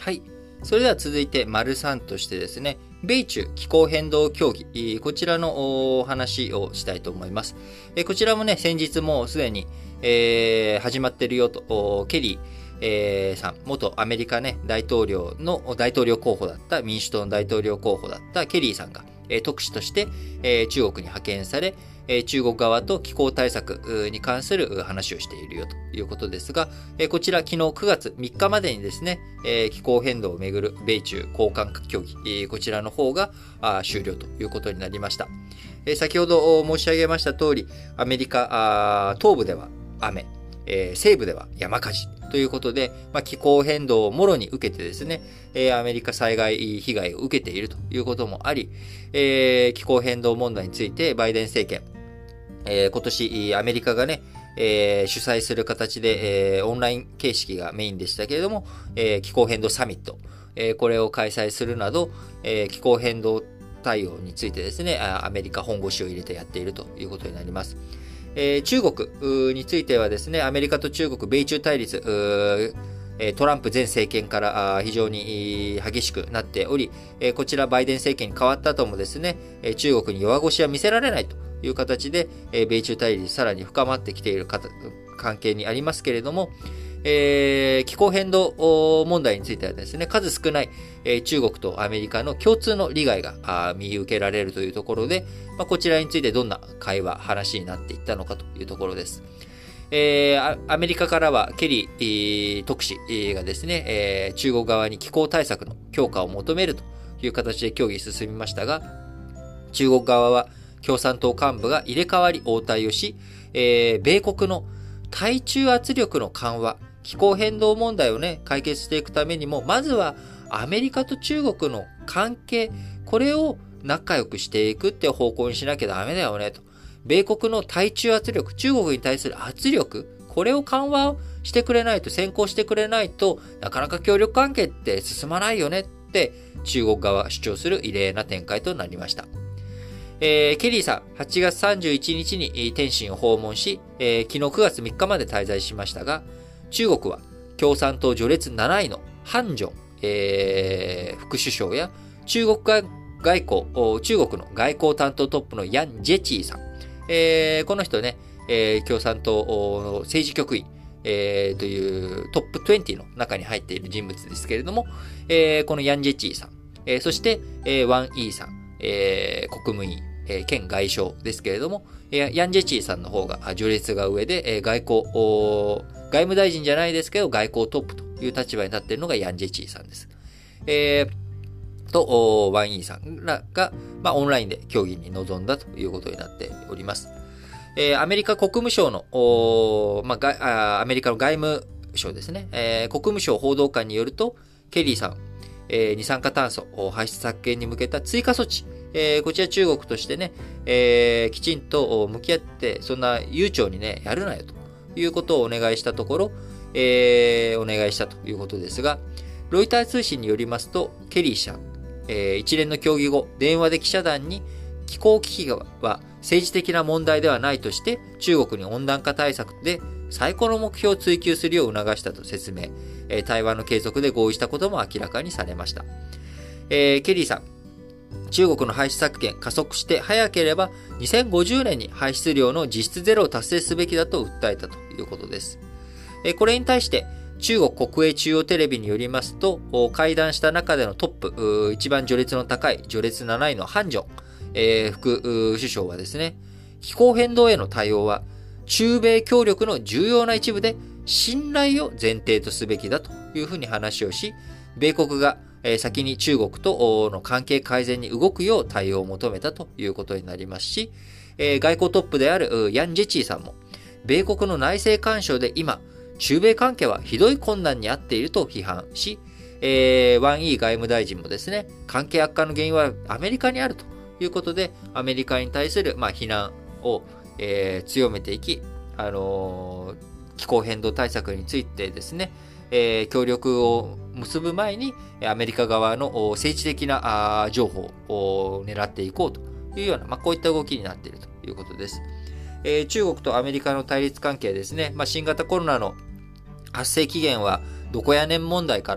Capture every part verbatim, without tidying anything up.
はい。それでは続いて、丸さんとしてですね、米中気候変動協議、こちらのお話をしたいと思います。こちらもね、先日もうすでに、えー、始まってるよと、ケリー、えー、さん、元アメリカね、大統領の大統領候補だった、民主党の大統領候補だったケリーさんが、えー、特使として、えー、中国に派遣され、えー、中国側と気候対策に関する話をしているよということですが、えー、こちら昨日くがつみっかまでにですね、えー、気候変動をめぐる米中高官協議、えー、こちらの方があ終了ということになりました。えー、先ほど申し上げました通り、アメリカあ東部では雨、えー、西部では山火事ということで、まあ、気候変動をもろに受けてですね、えー、アメリカ災害被害を受けているということもあり、えー、気候変動問題についてバイデン政権、えー、今年アメリカがね、えー、主催する形で、えー、オンライン形式がメインでしたけれども、えー、気候変動サミット、えー、これを開催するなど、えー、気候変動対応についてですね、アメリカ本腰を入れてやっているということになります。えー、中国についてはですね、アメリカと中国、米中対立、トランプ前政権から非常に激しくなっており、こちらバイデン政権に変わった後もですね、中国に弱腰は見せられないという形で、米中対立さらに深まってきている関係にありますけれども、えー、気候変動問題についてはですね、数少ない、えー、中国とアメリカの共通の利害が見受けられるというところで、まあ、こちらについてどんな会話、話になっていったのかというところです。えー、アメリカからはケリー特使がですね、えー、中国側に気候対策の強化を求めるという形で協議進みましたが、中国側は共産党幹部が入れ替わり応対をし、えー、米国の対中圧力の緩和、気候変動問題をね、解決していくためにも、まずはアメリカと中国の関係、これを仲良くしていくって方向にしなきゃダメだよね、と。米国の対中圧力、中国に対する圧力、これを緩和してくれないと、先行してくれないとなかなか協力関係って進まないよねって中国側主張する異例な展開となりました。えー、ケリーさん、はちがつさんじゅういちにちに天津を訪問し、えー、昨日くがつみっかまで滞在しましたが、中国は共産党序列なないのハン・ジョン、えー、副首相や中国外交、中国の外交担当トップのヤン・ジェチーさん、えー、この人ね、えー、共産党の政治局員、えー、というトップにじゅうの中に入っている人物ですけれども、えー、このヤン・ジェチーさん、えー、そして、えー、ワン・イーさん、えー、国務委員、えー、兼外相ですけれども、えー、ヤン・ジェチーさんの方が序列が上で、えー、外交、外務大臣じゃないですけど、外交トップという立場に立っているのがヤン・ジェチーさんです。えー、と、ワン・イーさんらが、まあ、オンラインで協議に臨んだということになっております。えー、アメリカ国務省の、まあ、アメリカの外務省ですね、えー、国務省報道官によると、ケリーさん、えー、二酸化炭素排出削減に向けた追加措置、えー、こちら中国としてね、えー、きちんと向き合って、そんな悠長にね、やるなよということをお願いしたところ、えー、お願いしたということですが、ロイター通信によりますと、ケリー氏は、えー、一連の協議後、電話で記者団に気候危機は政治的な問題ではないとして、中国に温暖化対策で最高の目標を追求するよう促したと説明、えー、対話の継続で合意したことも明らかにされました。えー、ケリーさん、中国の排出削減加速して早ければにせんごじゅうねんに排出量の実質ゼロを達成すべきだと訴えたということです。えー、これに対して中国国営中央テレビによりますと、会談した中でのトップ、一番序列の高い序列なないのハン・ジョン、えー、副首相はですね、気候変動への対応は中米協力の重要な一部で信頼を前提とすべきだというふうに話をし、米国が先に中国との関係改善に動くよう対応を求めたということになりますし、外交トップであるヤン・ジェチーさんも、米国の内政干渉で今、中米関係はひどい困難にあっていると批判し、えー、ワン・イー外務大臣もですね、関係悪化の原因はアメリカにあるということで、アメリカに対する、まあ、非難を、えー、強めていき、あのー、気候変動対策についてですね、えー、協力を結ぶ前にアメリカ側の政治的な情報を狙っていこうというような、まあ、こういった動きになっているということです。えー、中国とアメリカの対立関係ですね、まあ、新型コロナの発生期限はどこやねん問題から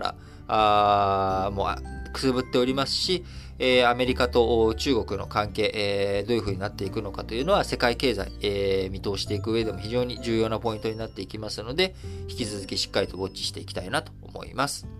あもうくすぶっておりますし、えー、アメリカと中国の関係、えー、どういう風になっていくのかというのは世界経済、えー、見通していく上でも非常に重要なポイントになっていきますので、引き続きしっかりとウォッチしていきたいなと思います。